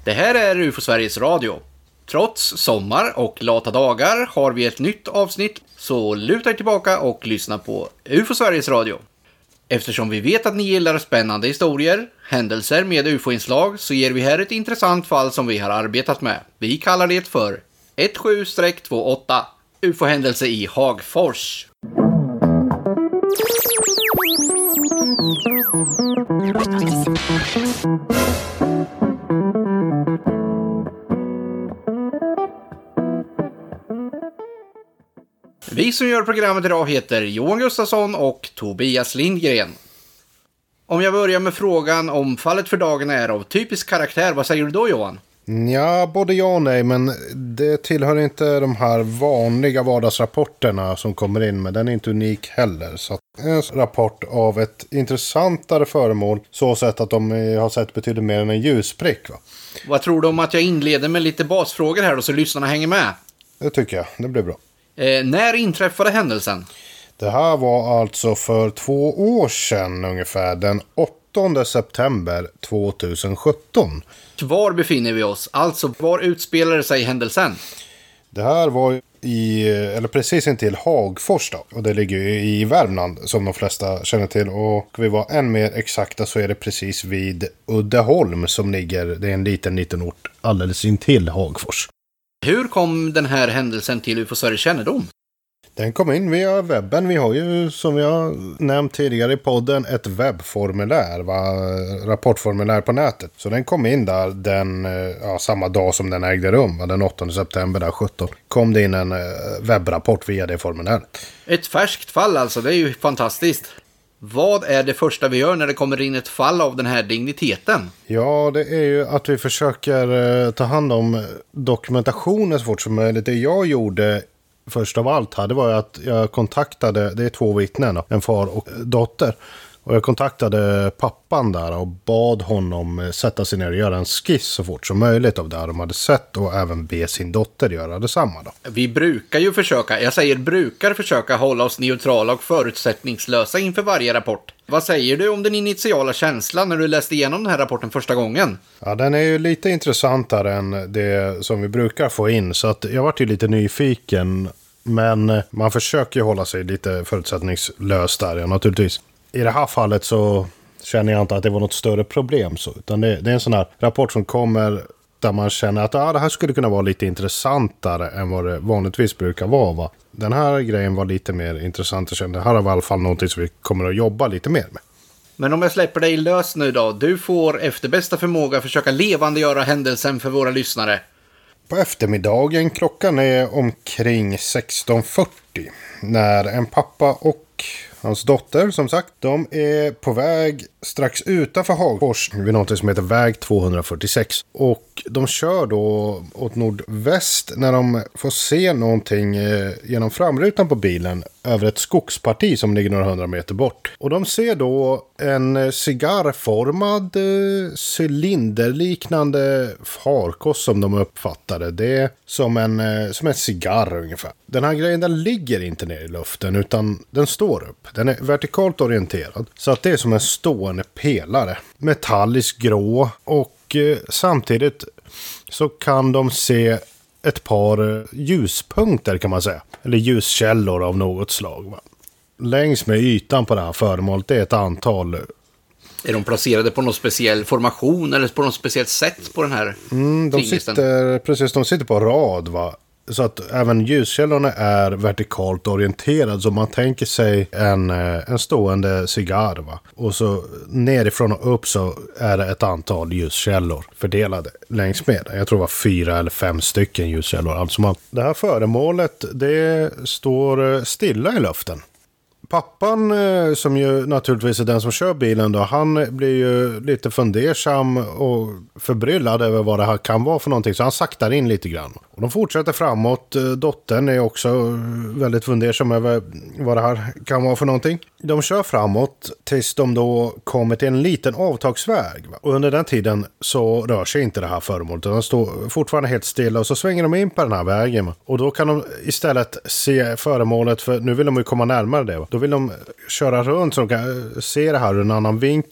Det här är UFO Sveriges Radio. Trots sommar och lata dagar har vi ett nytt avsnitt, så luta er tillbaka och lyssna på UFO Sveriges Radio. Eftersom vi vet att ni gillar spännande historier, händelser med UFO-inslag, så ger vi här ett intressant fall som vi har arbetat med. Vi kallar det för 17-28 UFO-händelse i Hagfors. Vi som gör programmet idag heter Johan Gustafsson och Tobias Lindgren. Om jag börjar med frågan om fallet för dagen är av typisk karaktär, vad säger du då, Johan? Ja, både ja och nej, men det tillhör inte de här vanliga vardagsrapporterna som kommer in, men den är inte unik heller. Så en rapport av ett intressantare föremål, så sett att de har sett betydligt mer än en ljusprick, va? Vad tror du om att jag inleder med lite basfrågor här då, så lyssnarna hänger med? Det tycker jag, det blir bra. När inträffade händelsen? Det här var alltså för 2 år sedan ungefär, den 8 september 2017. Var befinner vi oss? Alltså, var utspelar sig händelsen? Det här var precis intill Hagfors då, och det ligger ju i Värmland som de flesta känner till, och vi var än mer exakta så är det precis vid Uddeholm som ligger, det är en liten ort alldeles intill Hagfors. Hur kom den här händelsen till UFO Sveriges kännedom? Den kom in via webben. Vi har ju, som vi har nämnt tidigare i podden, ett webbformulär, rapportformulär på nätet. Så den kom in där samma dag som den ägde rum, den 8 september där 17. Kom det in en webbrapport via det formuläret. Ett färskt fall alltså, det är ju fantastiskt. Vad är det första vi gör när det kommer in ett fall av den här digniteten? Ja, det är ju att vi försöker ta hand om dokumentationen så fort som möjligt. Det jag gjorde först av allt här, det var att jag kontaktade, det är 2 vittnen, en far och dotter. Och jag kontaktade pappan där och bad honom sätta sig ner och göra en skiss så fort som möjligt av det de hade sett, och även be sin dotter göra detsamma då. Vi brukar ju försöka hålla oss neutrala och förutsättningslösa inför varje rapport. Vad säger du om den initiala känslan när du läste igenom den här rapporten första gången? Ja, den är ju lite intressantare än det som vi brukar få in, så att jag var ju lite nyfiken, men man försöker ju hålla sig lite förutsättningslös där, ja, naturligtvis. I det här fallet så känner jag inte att det var något större problem så, utan det är en sån här rapport som kommer där man känner att det här skulle kunna vara lite intressantare än vad det vanligtvis brukar vara, va? Den här grejen var lite mer intressant, jag kände det här är i alla fall någonting som vi kommer att jobba lite mer med. Men om jag släpper dig lös nu då, du får efter bästa förmåga försöka levandegöra händelsen för våra lyssnare. På eftermiddagen, klockan är omkring 16:40, när en pappa och hans dotter, som sagt, de är på väg strax utanför Hagfors vid något som heter väg 246. Och de kör då åt nordväst när de får se någonting genom framrutan på bilen över ett skogsparti som ligger några 100 meter bort. Och de ser då en cigarrformad cylinderliknande farkost som de uppfattade. Det är som en cigarr ungefär. Den här grejen, den ligger inte ner i luften utan den står upp. Den är vertikalt orienterad. Så att det är som en stående pelare. Metallisk grå, och samtidigt så kan de se ett par ljuspunkter kan man säga. Eller ljuskällor av något slag, va? Längs med ytan på det här föremålet är ett antal. Är de placerade på någon speciell formation eller på något speciellt sätt på den här de sitter på rad, va? Så att även ljuskällorna är vertikalt orienterade, så man tänker sig en stående cigarr, va? Och så nerifrån och upp så är det ett antal ljuskällor fördelade längs med. Jag tror det var 4 eller 5 stycken ljuskällor. Alltså det här föremålet, det står stilla i luften. Pappan, som ju naturligtvis är den som kör bilen då, han blir ju lite fundersam och förbryllad över vad det här kan vara för någonting, så han saktar in lite grann. Och de fortsätter framåt. Dottern är också väldigt fundersam över vad det här kan vara för någonting. De kör framåt tills de då kommer till en liten avtagsväg. Och under den tiden så rör sig inte det här föremålet. De står fortfarande helt stilla, och så svänger de in på den här vägen. Och då kan de istället se föremålet, för nu vill de ju komma närmare det. Då vill de köra runt så de kan se det här ur en annan vinkel.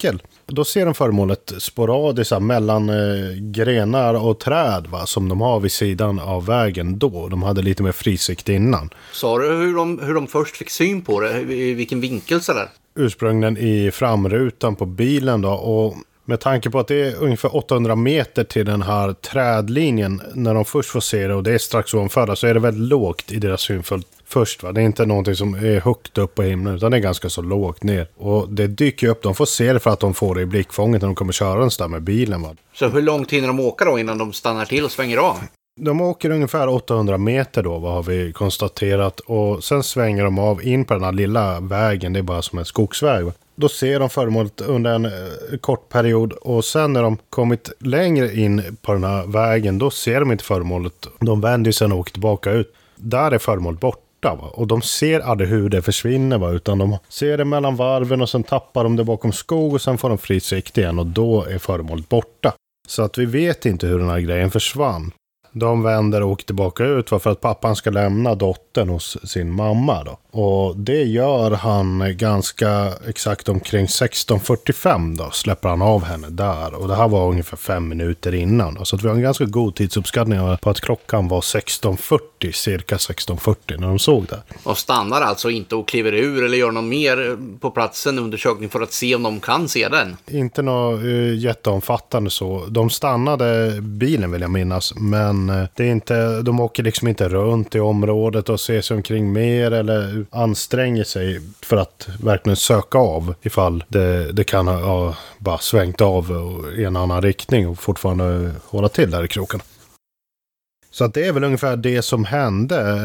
Då ser de föremålet sporadiskt mellan grenar och träd, va, som de har vid sidan av vägen då. De hade lite mer frisikt innan. Sa du hur de först fick syn på det? I vilken vinkel sådär? Ursprungligen i framrutan på bilen då, och med tanke på att det är ungefär 800 meter till den här trädlinjen när de först får se det, och det är strax ovanför, så är det väldigt lågt i deras synfält först, va? Det är inte någonting som är högt upp på himlen, utan det är ganska så lågt ner. Och det dyker upp, de får se det för att de får det i blickfånget när de kommer köra en där med bilen, va? Så hur långt hinner de åka då innan de stannar till och svänger av? De åker ungefär 800 meter då, vad har vi konstaterat. Och sen svänger de av in på den här lilla vägen, det är bara som en skogsväg, va? Då ser de föremålet under en kort period, och sen när de kommit längre in på den här vägen, då ser de inte föremålet. De vänder sig och åker tillbaka ut. Där är föremålet borta, va? Och de ser aldrig hur det försvinner, va? Utan de ser det mellan varven och sen tappar de det bakom skog och sen får de fri sikt igen, och då är föremålet borta. Så att vi vet inte hur den här grejen försvann. De vänder och åker tillbaka ut för att pappan ska lämna dottern hos sin mamma då. Och det gör han ganska exakt omkring 16:45 då. Släpper han av henne där. Och det här var ungefär 5 minuter innan då. Så att vi har en ganska god tidsuppskattning på att klockan var 16:40, cirka 16:40 när de såg det. Och stannar alltså inte och kliver ur eller gör något mer på platsen undersökning för att se om de kan se den? Inte något jätteomfattande så. De stannade bilen, vill jag minnas, men det är inte, de åker liksom inte runt i området och ser sig omkring mer eller anstränger sig för att verkligen söka av ifall det kan ha bara svängt av i en annan riktning och fortfarande hålla till där i kroken. Så att det är väl ungefär det som hände.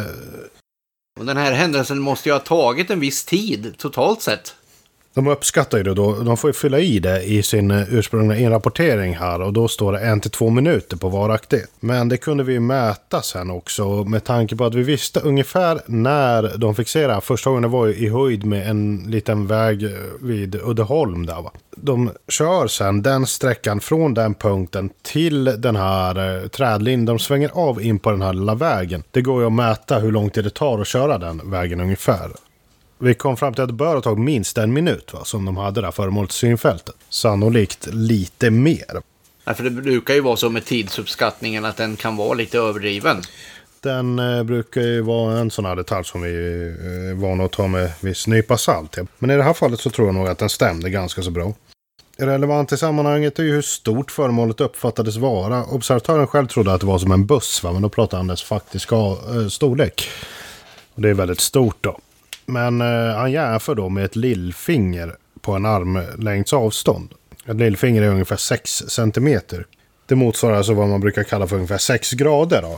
Och den här händelsen måste ju ha tagit en viss tid totalt sett. De uppskattar ju det då. De får ju fylla i det i sin ursprungliga inrapportering här. Och då står det 1-2 minuter på varaktighet. Men det kunde vi ju mäta sen också. Med tanke på att vi visste ungefär när de fick se det här. Första gången det var ju i höjd med en liten väg vid Uddeholm där, va. De kör sen den sträckan från den punkten till den här trädlinjen. De svänger av in på den här lilla vägen. Det går ju att mäta hur lång tid det tar att köra den vägen ungefär. Vi kom fram till att det bör ha tagit minst 1 minut, va, som de hade där föremålet synfältet. Sannolikt lite mer. Ja, för det brukar ju vara så med tidsuppskattningen att den kan vara lite överdriven. Den brukar ju vara en sån här detalj som vi är vana att ta med viss nypa salt. Men i det här fallet så tror jag nog att den stämde ganska så bra. Relevant i sammanhanget är ju hur stort föremålet uppfattades vara. Observatören själv trodde att det var som en buss, va, men då pratade han dess faktiska storlek. Och det är väldigt stort då. Men han jämför då med ett lillfinger på en armlängds avstånd. Ett lillfinger är ungefär 6 centimeter. Det motsvarar alltså vad man brukar kalla för ungefär 6 grader då.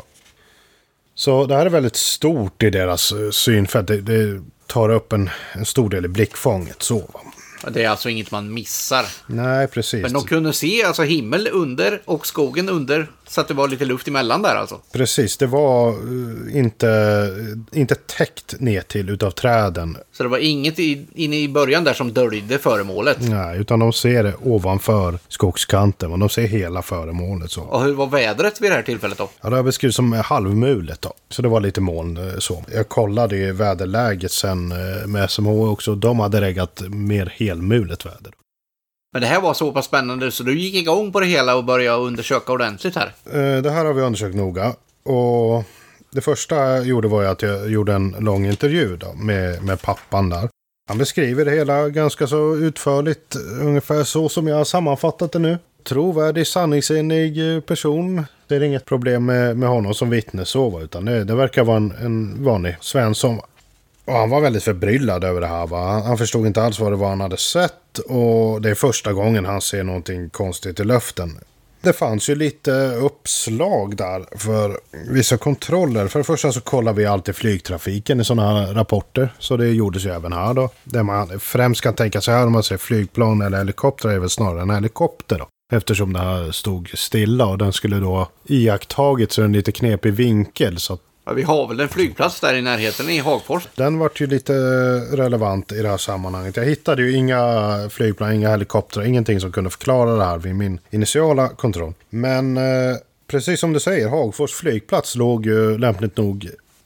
Så det här är väldigt stort i deras synfält. Det tar upp en stor del i blickfånget. Så, va? Det är alltså inget man missar. Nej, precis. Men de kunde se alltså himmel under och skogen under, så att det var lite luft emellan där alltså. Precis, det var inte täckt ner till utav träden. Så det var inget inne i början där som döljde föremålet? Nej, utan de ser det ovanför skogskanten, och de ser hela föremålet så. Och hur var vädret vid det här tillfället då? Ja, det har beskrivits som halvmulet då. Så det var lite moln så. Jag kollade ju väderläget sen med SMH också. De hade reggat mer helmulet väder. Men det här var så pass spännande så du gick igång på det hela och började undersöka ordentligt här? Det här har vi undersökt noga. Och det första jag gjorde var att jag gjorde en lång intervju då med pappan där. Han beskriver det hela ganska så utförligt, ungefär så som jag har sammanfattat det nu. Trovärdig, sanningsenlig person. Det är inget problem med honom som vittne så, utan det verkar vara en vanlig Svensson. Och han var väldigt förbryllad över det här, va? Han förstod inte alls vad det var han hade sett, och det är första gången han ser någonting konstigt i luften. Det fanns ju lite uppslag där för vissa kontroller. För det första så kollar vi alltid flygtrafiken i sådana här rapporter. Så det gjordes ju även här då. Det man främst kan tänka sig här om man ser flygplan eller helikopter är väl snarare en helikopter då. Eftersom det här stod stilla och den skulle då iakttagits i en lite knepig vinkel så att. Ja, vi har väl en flygplats där i närheten i Hagfors. Den var ju lite relevant i det här sammanhanget. Jag hittade ju inga flygplan, inga helikoptrar, ingenting som kunde förklara det här vid min initiala kontroll. Men precis som du säger, Hagfors flygplats låg ju lämpligt nog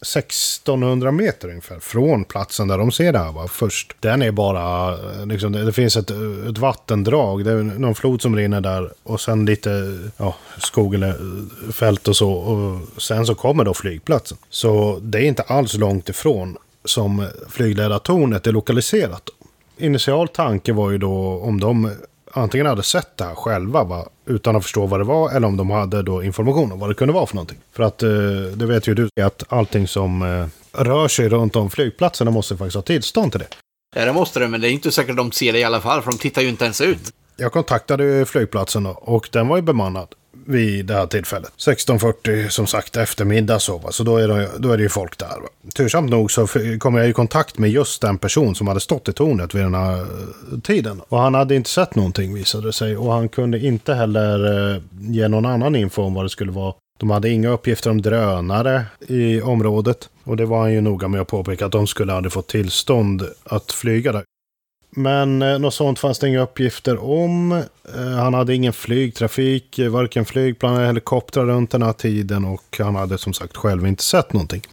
1600 meter ungefär från platsen där de ser det här, va? Först. Den är bara, liksom, det finns ett vattendrag, det är någon flod som rinner där och sen lite skog eller fält och så, och sen så kommer då flygplatsen. Så det är inte alls långt ifrån som flygledartornet är lokaliserat. Initial tanke var ju då om de antingen hade sett det här själva, va, utan att förstå vad det var, eller om de hade då information om vad det kunde vara för någonting. För att det vet ju du att allting som rör sig runt om flygplatserna måste faktiskt ha tillstånd till det. Ja, det måste det, men det är inte säkert de ser det i alla fall, för de tittar ju inte ens ut. Jag kontaktade flygplatsen och den var ju bemannad vid det här tillfället. 16:40 som sagt eftermiddag så då är det ju folk där. Va? Tursamt nog så kom jag i kontakt med just den person som hade stått i tornet vid den här tiden. Och han hade inte sett någonting, visade det sig. Och han kunde inte heller ge någon annan info om vad det skulle vara. De hade inga uppgifter om drönare i området. Och det var han ju noga med att påpeka att de skulle aldrig få tillstånd att flyga där. Men något sånt fanns det inga uppgifter om. Han hade ingen flygtrafik, varken flygplan eller helikoptrar runt den här tiden, och han hade som sagt själv inte sett någonting.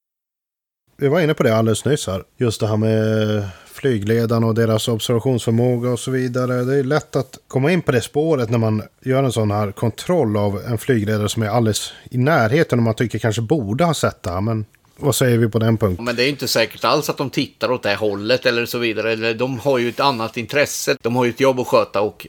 Vi var inne på det alldeles nyss här. Just det här med flygledarna och deras observationsförmåga och så vidare. Det är lätt att komma in på det spåret när man gör en sån här kontroll av en flygledare som är alldeles i närheten och man tycker kanske borde ha sett det här, men vad säger vi på den punkten? Men det är inte säkert alls att de tittar åt det hållet eller så vidare. Eller de har ju ett annat intresse. De har ju ett jobb att sköta och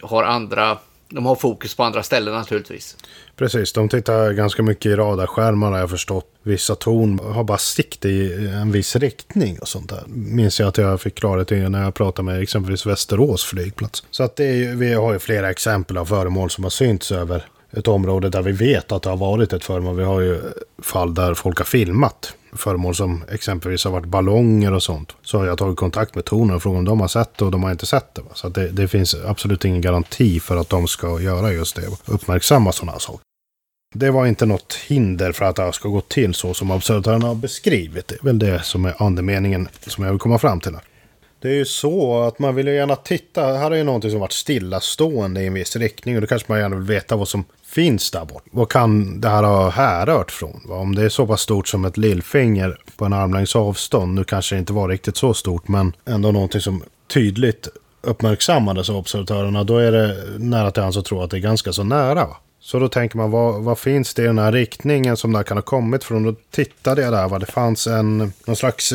de har fokus på andra ställen naturligtvis. Precis, de tittar ganska mycket i radarskärmar, har jag förstått. Vissa torn har bara sikt i en viss riktning och sånt där. Minns jag att jag fick klarhet i när jag pratade med exempelvis Västerås flygplats. Så att vi har ju flera exempel av föremål som har synts över ett område där vi vet att det har varit ett föremål. Vi har ju fall där folk har filmat föremål som exempelvis har varit ballonger och sånt. Så har jag tagit kontakt med tornen och frågat om de har sett det, och de har inte sett det. Så att det finns absolut ingen garanti för att de ska göra just det och uppmärksamma sådana här saker. Det var inte något hinder för att det ska gå till så som observatörerna har beskrivit. Det är väl det som är andemeningen som jag vill komma fram till här. Det är ju så att man vill ju gärna titta. Här är ju någonting som varit stillastående i en viss riktning, och då kanske man gärna vill veta vad som finns där bort. Vad kan det här ha härrört från? Om det är så pass stort som ett lillfinger på en armlängds avstånd, nu kanske det inte var riktigt så stort, men ändå någonting som tydligt uppmärksammades av observatörerna, då är det nära till hands att tro att det är ganska så nära, va? Så då tänker man, vad finns det i den här riktningen som där kan ha kommit från? Då tittade jag där, va? Det fanns någon slags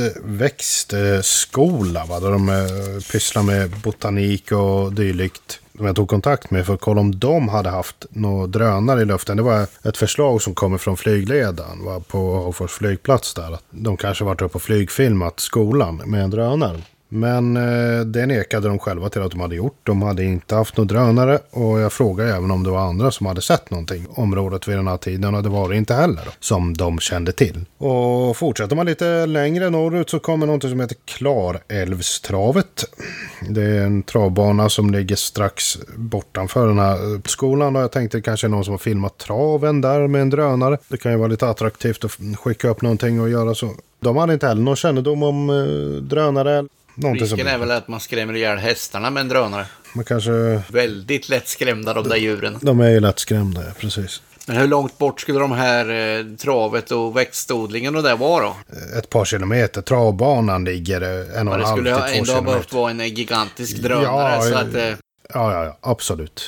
växtskola, va? Där de pysslar med botanik och dylikt. Som jag tog kontakt med för att kolla om de hade haft några drönare i luften. Det var ett förslag som kommer från flygledaren, va? På Hagfors flygplats där. De kanske varit uppe och flygfilmat skolan med en drönare. Men det nekade de själva till att de hade gjort. De hade inte haft några drönare, och jag frågade även om det var andra som hade sett någonting området vid den här tiden, och det var det inte heller då, som de kände till. Och fortsätter man lite längre norrut så kommer något som heter Klarälvstravet. Det är en travbana som ligger strax bortanför den här skolan, och jag tänkte kanske någon som har filmat traven där med en drönare. Det kan ju vara lite attraktivt att skicka upp någonting och göra så. De hade inte heller någon kännedom om drönare. Risken är väl att man skrämmer ihjäl hästarna med en drönare. Man kanske... Väldigt lätt skrämda de där djuren. De är ju lätt skrämda, precis. Men hur långt bort skulle de här travet och växtodlingen och det vara då? Ett par kilometer. Travbanan ligger 1,5 till 2 kilometer. Det skulle ändå ha behövt vara en gigantisk drönare. Ja, så att, ja, absolut.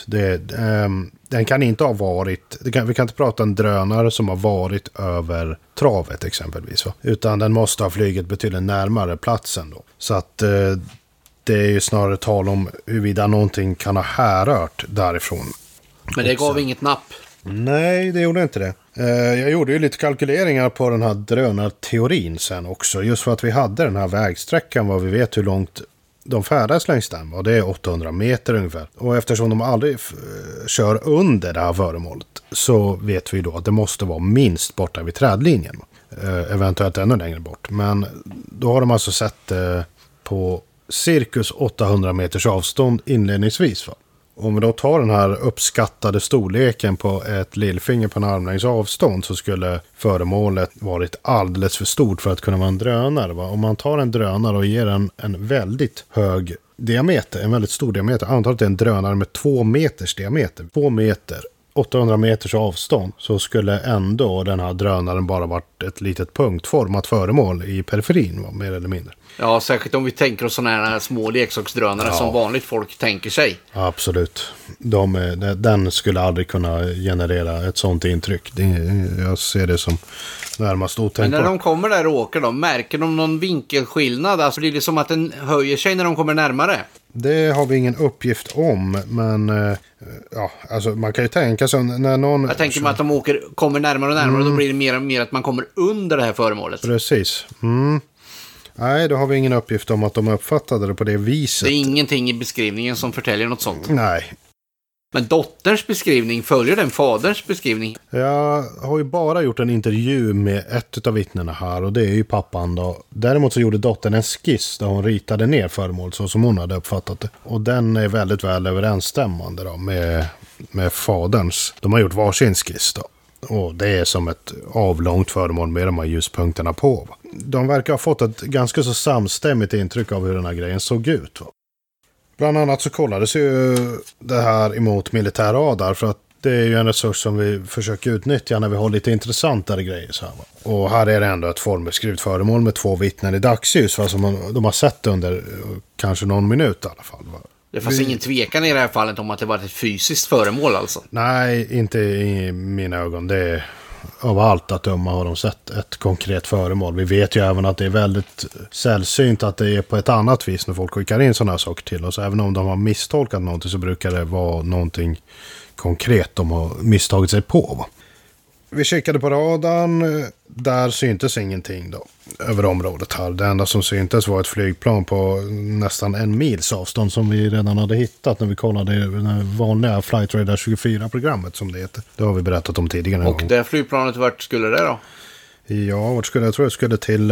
Den kan inte ha varit... vi kan inte prata en drönare som har varit över travet exempelvis. Va? Utan den måste ha flugit betydligt närmare platsen då. Så att det är ju snarare tal om huruvida någonting kan ha härrört därifrån. Men det gav inget napp? Nej, det gjorde inte det. Jag gjorde ju lite kalkyleringar på den här drönarteorin sen också. Just för att vi hade den här vägsträckan, vad vi vet hur långt de färdas längs den, och det är 800 meter ungefär. Och eftersom de aldrig kör under det här föremålet, så vet vi då att det måste vara minst borta vid trädlinjen. Eventuellt ännu längre bort. Men då har de alltså sett på cirkus 800 meters avstånd inledningsvis, va? Om vi då tar den här uppskattade storleken på ett lillfinger på en armlängds avstånd, så skulle föremålet varit alldeles för stort för att kunna vara en drönare. Va? Om man tar en drönare och ger en väldigt hög diameter, en väldigt stor diameter, antagligen en drönare med 2 meters diameter. 2 meter 800 meters avstånd så skulle ändå den här drönaren bara varit ett litet punktformat föremål i periferin, mer eller mindre. Ja, särskilt om vi tänker oss sådana här små leksaksdrönare som vanligt folk tänker sig. Absolut. Den skulle aldrig kunna generera ett sånt intryck. Jag ser det som närmast otänkbart. Men när de kommer där och åker då, märker de någon vinkelskillnad? Alltså blir det som att den höjer sig när de kommer närmare? Det har vi ingen uppgift om, men ja, alltså man kan ju tänka sig när någon... Jag tänker mig att de kommer närmare och närmare och då blir det mer och mer att man kommer under det här föremålet. Precis. Nej, då har vi ingen uppgift om att de uppfattade det på det viset. Det är ingenting i beskrivningen som förtäljer något sånt. Nej. Men dotterns beskrivning, följer den faderns beskrivning? Jag har ju bara gjort en intervju med ett av vittnena här och det är ju pappan då. Däremot så gjorde dottern en skiss där hon ritade ner föremål så som hon hade uppfattat det. Och den är väldigt väl överensstämmande då med faderns. De har gjort varsin skiss då. Och det är som ett avlångt föremål med de här ljuspunkterna på. Va? De verkar ha fått ett ganska så samstämmigt intryck av hur den här grejen såg ut. Va? Bland annat så kollades ju det här emot militärradar för att det är ju en resurs som vi försöker utnyttja när vi har lite intressantare grejer. Så här, va? Och här är det ändå ett formbeskrivet föremål med 2 vittnen i dagsljus va? Som de har sett under kanske någon minut i alla fall. Va? Det fanns ingen tvekan i det här fallet om att det var ett fysiskt föremål alltså? Nej, inte i mina ögon. Det är, av allt att döma har de sett ett konkret föremål. Vi vet ju även att det är väldigt sällsynt att det är på ett annat vis när folk skickar in sådana här saker till oss. Även om de har misstolkat någonting så brukar det vara någonting konkret de har misstagit sig på. Va? Vi kikade på radarn. Där syntes ingenting då över området här. Det enda som syntes var ett flygplan på nästan 1 mils avstånd som vi redan hade hittat när vi kollade det vanliga Flight Radar 24-programmet som det heter. Det har vi berättat om tidigare. Och det flygplanet, vart skulle det då? Ja, jag tror jag skulle till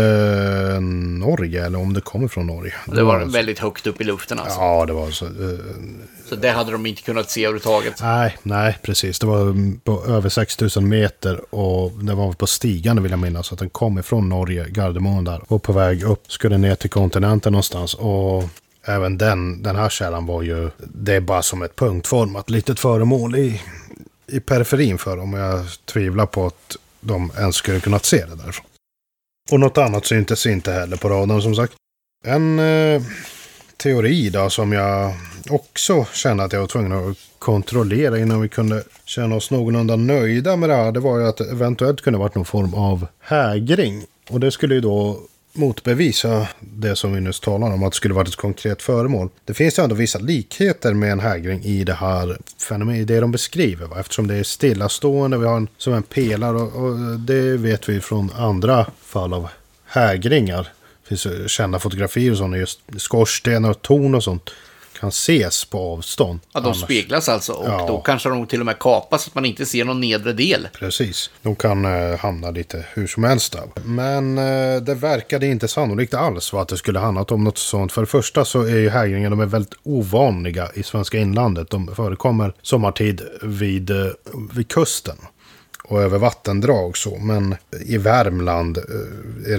Norge eller om det kommer från Norge. Det var väldigt högt upp i luften alltså. Ja, det var så. Så det hade de inte kunnat se överhuvudtaget. Nej, precis. Det var på över 6000 meter och det var på stigande vill jag minnas. Så att den kom ifrån Norge, Gardermoen där. Och på väg upp skulle ner till kontinenten någonstans. Och även den här källan var ju, det är bara som ett punktformat litet föremål i periferin för om jag tvivlar på att de ens skulle kunnat se det därifrån. Och något annat syntes inte heller på radarn som sagt. En teori då som jag också kände att jag var tvungen att kontrollera innan vi kunde känna oss någorlunda nöjda med det här. Det var ju att det eventuellt kunde varit någon form av hägring. Och det skulle ju då motbevisa det som vi nyss talade om att det skulle varit ett konkret föremål. Det finns ju ändå vissa likheter med en hägring i det här fenomenet, i det de beskriver. Va? Eftersom det är stillastående, vi har som en pelare och det vet vi från andra fall av hägringar. Det finns kända fotografier och sånt, just skorstenar och torn och sånt kan ses på avstånd. Ja, de speglas alltså och då kanske de till och med kapas så att man inte ser någon nedre del. Precis. De kan hamna lite hur som helst där. Men det verkade inte sannolikt alls att det skulle handlat om något sånt. För det första så är ju hägringar, de är väldigt ovanliga i svenska inlandet. De förekommer sommartid vid kusten och över vattendrag så. Men i Värmland är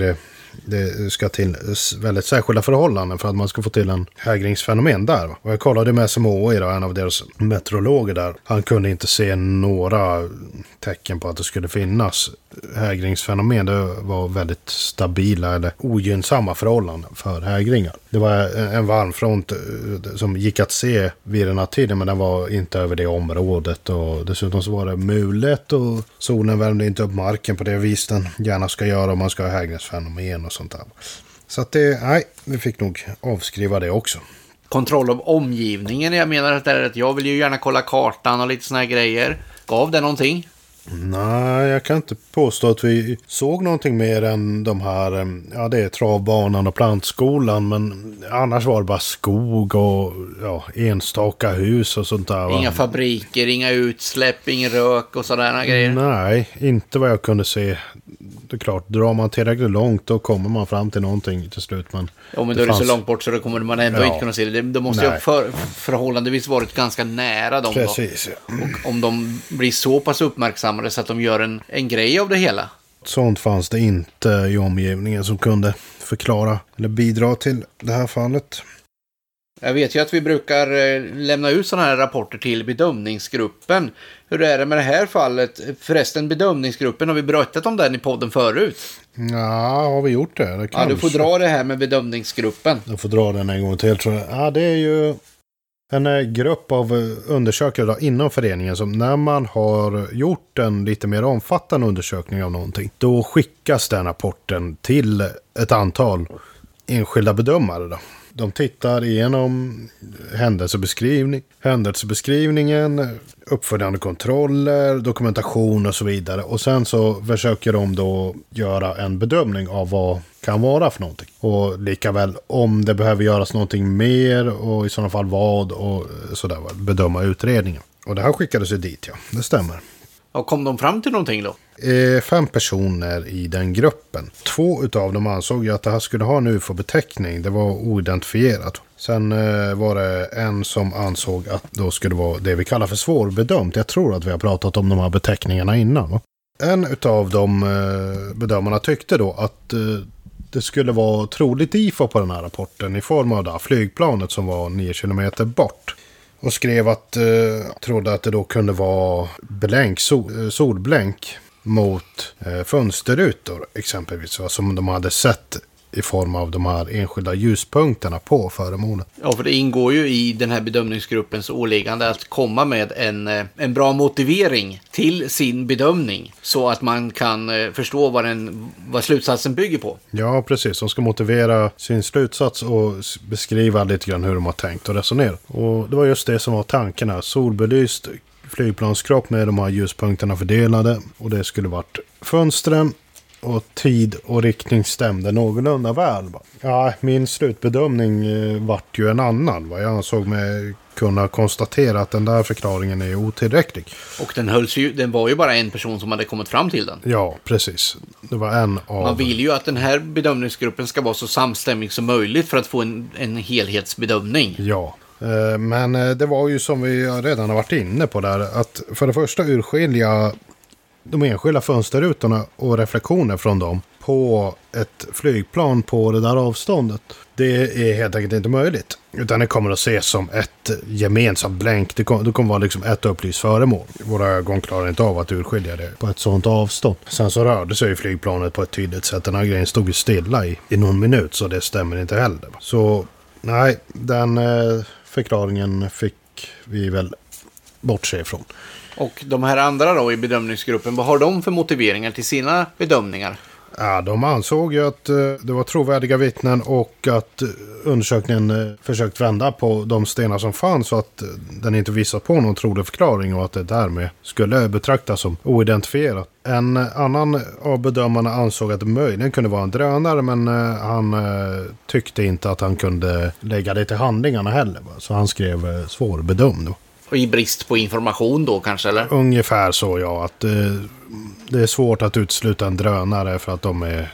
det ska till väldigt särskilda förhållanden för att man ska få till en hägringsfenomen där. Och jag kollade med SMHI då, en av deras meteorologer där. Han kunde inte se några tecken på att det skulle finnas hägringsfenomen. Det var väldigt stabila eller ogynnsamma förhållanden för hägringar. Det var en varmfront som gick att se vid den här tiden men den var inte över det området och dessutom så var det mulet och solen värmde inte upp marken på det vis den gärna ska göra om man ska ha hägringsfenomen och sånt där. Så att vi fick nog avskriva det också. Kontroll av omgivningen, jag menar att jag vill ju gärna kolla kartan och lite såna här grejer. Gav det någonting? Nej, jag kan inte påstå att vi såg någonting mer än de här, det är travbanan och plantskolan, men annars var det bara skog och enstaka hus och sånt där. Inga fabriker, inga utsläpp, ingen rök och sådana grejer? Nej, inte vad jag kunde se. Det är klart, drar man tillräckligt långt då kommer man fram till någonting till slut. Men men då är det så långt bort så då kommer man ändå inte kunna se det. Det måste ju förhållandevis varit ganska nära dem. Precis, då. Och om de blir så pass uppmärksammade så att de gör en grej av det hela. Sånt fanns det inte i omgivningen som kunde förklara eller bidra till det här fallet. Jag vet ju att vi brukar lämna ut sådana här rapporter till bedömningsgruppen. Hur är det med det här fallet? Förresten, bedömningsgruppen, har vi berättat om den i podden förut? Ja, har vi gjort det? Ja, du får dra det här med bedömningsgruppen. Jag får dra den en gång till, tror jag. Ja, det är ju en grupp av undersökare inom föreningen som när man har gjort en lite mer omfattande undersökning av någonting, då skickas den rapporten till ett antal enskilda bedömare då. De tittar igenom händelsebeskrivningen, uppföljande kontroller, dokumentation och så vidare. Och sen så försöker de då göra en bedömning av vad kan vara för någonting. Och likaväl om det behöver göras någonting mer och i sådana fall vad och sådär, bedöma utredningen. Och det här skickades ju dit, ja. Det stämmer. Och kom de fram till någonting då? 5 personer i den gruppen. 2 utav dem ansåg ju att det här skulle ha en UFO-beteckning. Det var oidentifierat. Sen var det en som ansåg att det skulle vara det vi kallar för svårbedömt. Jag tror att vi har pratat om de här beteckningarna innan. Va? En utav de bedömarna tyckte då att det skulle vara troligt IFO på den här rapporten i form av det här flygplanet som var 9 kilometer bort. Och skrev att trodde att det då kunde vara solblänk mot fönsterrutor exempelvis. Som de hade sett i form av de här enskilda ljuspunkterna på föremålet. Ja, för det ingår ju i den här bedömningsgruppens åliggande att komma med en bra motivering till sin bedömning så att man kan förstå vad slutsatsen bygger på. Ja, precis. De ska motivera sin slutsats och beskriva lite grann hur de har tänkt och resonerat. Och det var just det som var tanken här. Solbelyst flygplanskropp med de här ljuspunkterna fördelade och det skulle varit fönstren. Och tid och riktning stämde någorlunda väl. Ja, min slutbedömning vart ju en annan. Jag ansåg mig kunna konstatera att den där förklaringen är otillräcklig. Och den var ju bara en person som hade kommit fram till den. Ja, precis. Det var en av... Man vill ju att den här bedömningsgruppen ska vara så samstämmig som möjligt för att få en helhetsbedömning. Ja. Men det var ju som vi redan har varit inne på där. Att för det första urskilja de enskilda fönsterrutorna och reflektioner från dem på ett flygplan på det där avståndet. Det är helt enkelt inte möjligt. Utan det kommer att ses som ett gemensamt blänk. Det kommer vara liksom ett upplyst föremål. Våra ögon klarar inte av att urskilja det på ett sådant avstånd. Sen så rörde sig flygplanet på ett tydligt sätt. Den här grejen stod ju stilla i någon minut, så det stämmer inte heller. Så nej, den förklaringen fick vi väl bortse ifrån. Och de här andra då i bedömningsgruppen, vad har de för motiveringar till sina bedömningar? Ja, de ansåg ju att det var trovärdiga vittnen och att undersökningen försökt vända på de stenar som fanns så att den inte visar på någon trolig förklaring och att det därmed skulle betraktas som oidentifierat. En annan av bedömarna ansåg att det möjligen kunde vara en drönare, men han tyckte inte att han kunde lägga det till handlingarna heller. Så han skrev svårbedömd. Och i brist på information då kanske, eller? Ungefär så, ja. Att det är svårt att utesluta en drönare för att de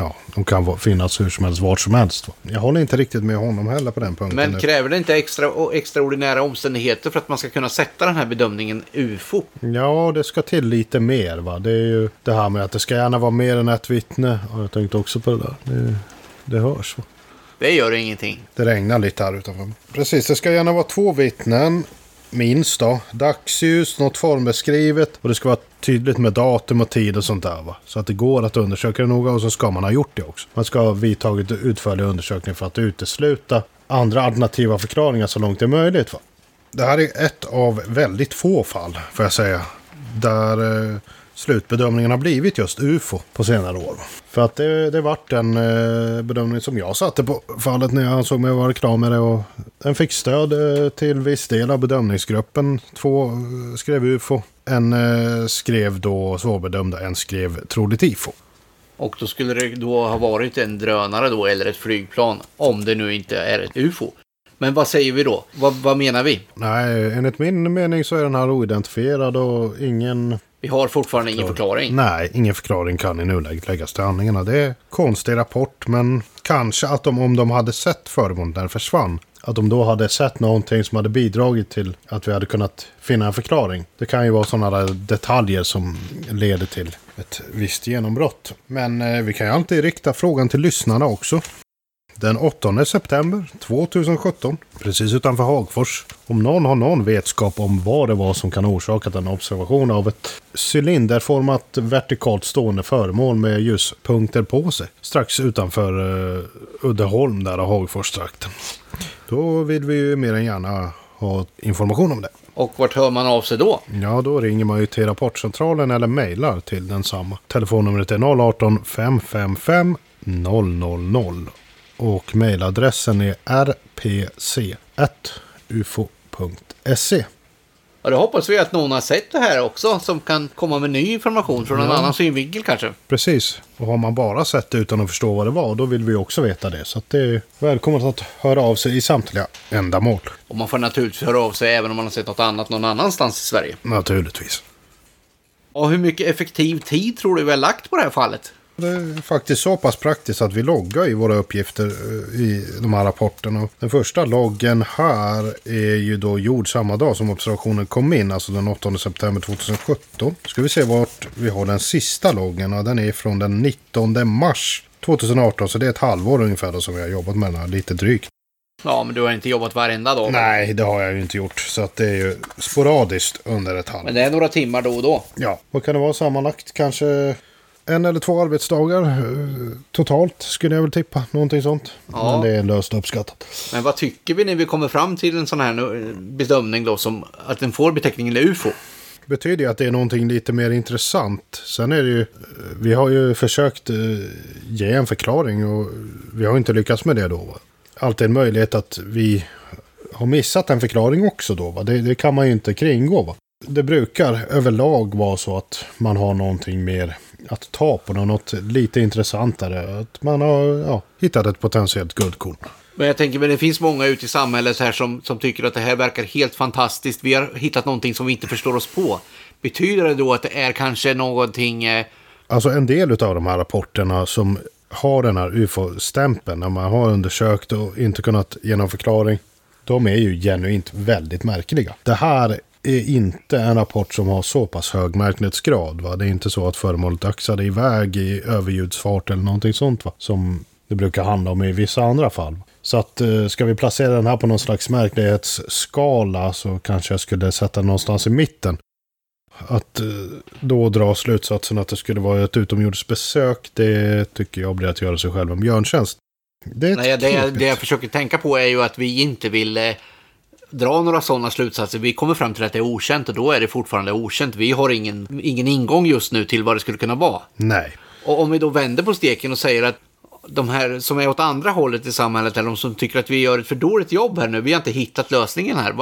kan finnas hur som helst, vart som helst. Jag håller inte riktigt med honom heller på den punkten. Men kräver det inte extraordinära omständigheter för att man ska kunna sätta den här bedömningen UFO? Ja, det ska till lite mer, va. Det är ju det här med att det ska gärna vara mer än ett vittne. Och jag tänkte också på det där. Det hörs, va. Det gör ingenting. Det regnar lite här utanför. Precis, det ska gärna vara 2 vittnen. Minst då. Dagsljus, något formbeskrivet. Och det ska vara tydligt med datum och tid och sånt där, va. Så att det går att undersöka det noga och så ska man ha gjort det också. Man ska ha vidtagit utförlig undersökning för att utesluta andra alternativa förklaringar så långt det är möjligt, va. Det här är ett av väldigt få fall, får jag säga, där slutbedömningen har blivit just UFO på senare år. För att det vart en bedömning som jag satte på fallet när jag ansåg mig vara klar med det. Och den fick stöd till viss del av bedömningsgruppen. 2 skrev UFO. En skrev då svårbedömda, en skrev troligt IFO. Och då skulle det då ha varit en drönare då, eller ett flygplan, om det nu inte är ett UFO. Men vad säger vi då? Vad menar vi? Nej, enligt min mening så är den här oidentifierad och ingen... Vi har fortfarande ingen förklaring. Nej, ingen förklaring kan i nuläget läggas till handlingarna. Det är en konstig rapport, men kanske att om de hade sett föremålet när det försvann, att de då hade sett någonting som hade bidragit till att vi hade kunnat finna en förklaring. Det kan ju vara sådana där detaljer som leder till ett visst genombrott. Men vi kan ju alltid rikta frågan till lyssnarna också. Den 8 september 2017, precis utanför Hagfors. Om någon har någon vetskap om vad det var som kan orsaka en observation av ett cylinderformat vertikalt stående föremål med ljuspunkter på sig. Strax utanför Uddeholm där av Hagfors-trakten. Då vill vi ju mer än gärna ha information om det. Och vart hör man av sig då? Ja, då ringer man ju till rapportcentralen eller mejlar till densamma. Telefonnumret är 018 555 000 och mejladressen är rpc@ufo.se. Ja, då hoppas vi att någon har sett det här också som kan komma med ny information från en annan synvinkel kanske. Precis, och har man bara sett det utan att förstå vad det var, då vill vi också veta det. Så att det är välkommet att höra av sig i samtliga ändamål. Och man får naturligtvis höra av sig även om man har sett något annat någon annanstans i Sverige. Naturligtvis. Och hur mycket effektiv tid tror du vi har lagt på det här fallet? Det är faktiskt så pass praktiskt att vi loggar i våra uppgifter i de här rapporterna. Den första loggen här är ju då gjord samma dag som observationen kom in, alltså den 8 september 2017. Ska vi se vart vi har den sista loggen, och den är från den 19 mars 2018, så det är ett halvår ungefär då som vi har jobbat med den här, lite drygt. Ja, men du har inte jobbat varenda dag. Nej, det har jag ju inte gjort, så att det är ju sporadiskt under ett halvår. Men det är några timmar då och då. Ja, vad kan det vara sammanlagt? Kanske 1 eller 2 arbetsdagar totalt skulle jag väl tippa. Någonting sånt. Ja. Men det är löst uppskattat. Men vad tycker vi när vi kommer fram till en sån här bedömning då, som att den får beteckningen UFO? Betyder ju att det är någonting lite mer intressant. Sen är det ju, vi har ju försökt ge en förklaring och vi har inte lyckats med det då. Alltid en möjlighet att vi har missat en förklaring också då. Va? Det kan man ju inte kringgå. Va? Det brukar överlag vara så att man har någonting mer att ta på, något lite intressantare. Att man har hittat ett potentiellt guldkorn. Men jag tänker, men det finns många ute i samhället här som tycker att det här verkar helt fantastiskt. Vi har hittat någonting som vi inte förstår oss på. Betyder det då att det är kanske någonting... Alltså en del av de här rapporterna som har den här UFO-stämpeln, när man har undersökt och inte kunnat ge någon förklaring, de är ju genuint väldigt märkliga. Det här är inte en rapport som har så pass hög märklighetsgrad. Va? Det är inte så att föremålet axade iväg i överljudsfart eller någonting sånt, va? Som det brukar handla om i vissa andra fall. Så att ska vi placera den här på någon slags märklighetsskala, så kanske jag skulle sätta någonstans i mitten. Att då dra slutsatsen att det skulle vara ett utomjordsbesök, det tycker jag blir att göra sig själv en björntjänst. Det jag försöker tänka på är ju att vi inte vill dra några sådana slutsatser. Vi kommer fram till att det är okänt, och då är det fortfarande okänt. Vi har ingen ingång just nu till vad det skulle kunna vara. Nej. Och om vi då vänder på steken och säger att de här som är åt andra hållet i samhället, eller de som tycker att vi gör ett för dåligt jobb här nu, vi har inte hittat lösningen här.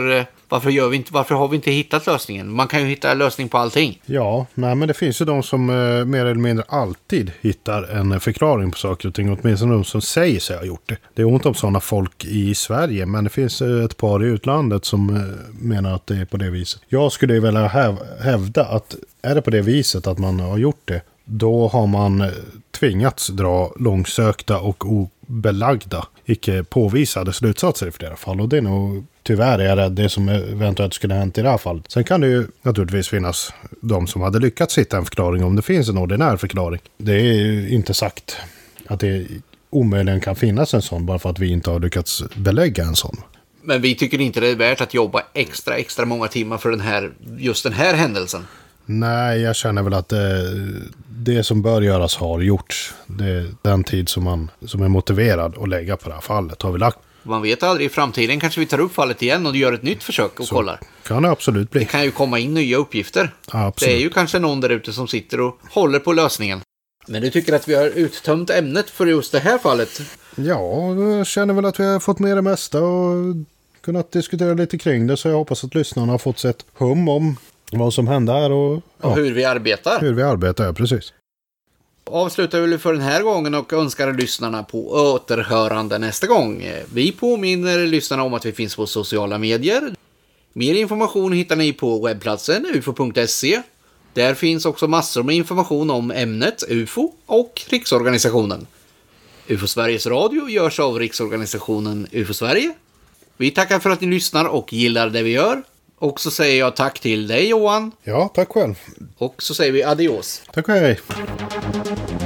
Varför har vi inte hittat lösningen? Man kan ju hitta en lösning på allting. Ja, men det finns ju de som mer eller mindre alltid hittar en förklaring på saker och ting, åtminstone de som säger sig ha gjort det. Det är ont om sådana folk i Sverige, men det finns ett par i utlandet som menar att det är på det viset. Jag skulle vilja hävda att är det på det viset att man har gjort det, då har man tvingats dra långsökta och obelagda, icke påvisade slutsatser i flera fall. Och det är nog, tyvärr är jag rädd, det som eventuellt skulle ha hänt i det här fallet. Sen kan det ju naturligtvis finnas de som hade lyckats hitta en förklaring om det finns en ordinär förklaring. Det är ju inte sagt att det omöjligen kan finnas en sån, bara för att vi inte har lyckats belägga en sån. Men vi tycker inte det är värt att jobba extra många timmar för just den här händelsen. Nej, jag känner väl att det som bör göras har gjorts. Det är den tid som är motiverad att lägga på det här fallet har vi lagt. Man vet aldrig, i framtiden kanske vi tar upp fallet igen och gör ett nytt försök och kollar. Kan det absolut bli. Det kan ju komma in nya uppgifter. Absolut. Det är ju kanske någon där ute som sitter och håller på lösningen. Men du tycker att vi har uttömt ämnet för just det här fallet? Ja, jag känner väl att vi har fått med det mesta och kunnat diskutera lite kring det, så jag hoppas att lyssnarna har fått sett hum om vad som hände här och hur vi arbetar. Hur vi arbetar, ja, precis. Avslutar vi för den här gången och önskar lyssnarna på återhörande nästa gång. Vi påminner lyssnarna om att vi finns på sociala medier. Mer information hittar ni på webbplatsen ufo.se. Där finns också massor med information om ämnet UFO och Riksorganisationen. UFO Sveriges Radio görs av Riksorganisationen UFO Sverige. Vi tackar för att ni lyssnar och gillar det vi gör. Och så säger jag tack till dig, Johan. Ja, tack själv. Och så säger vi adios. Tack och hej.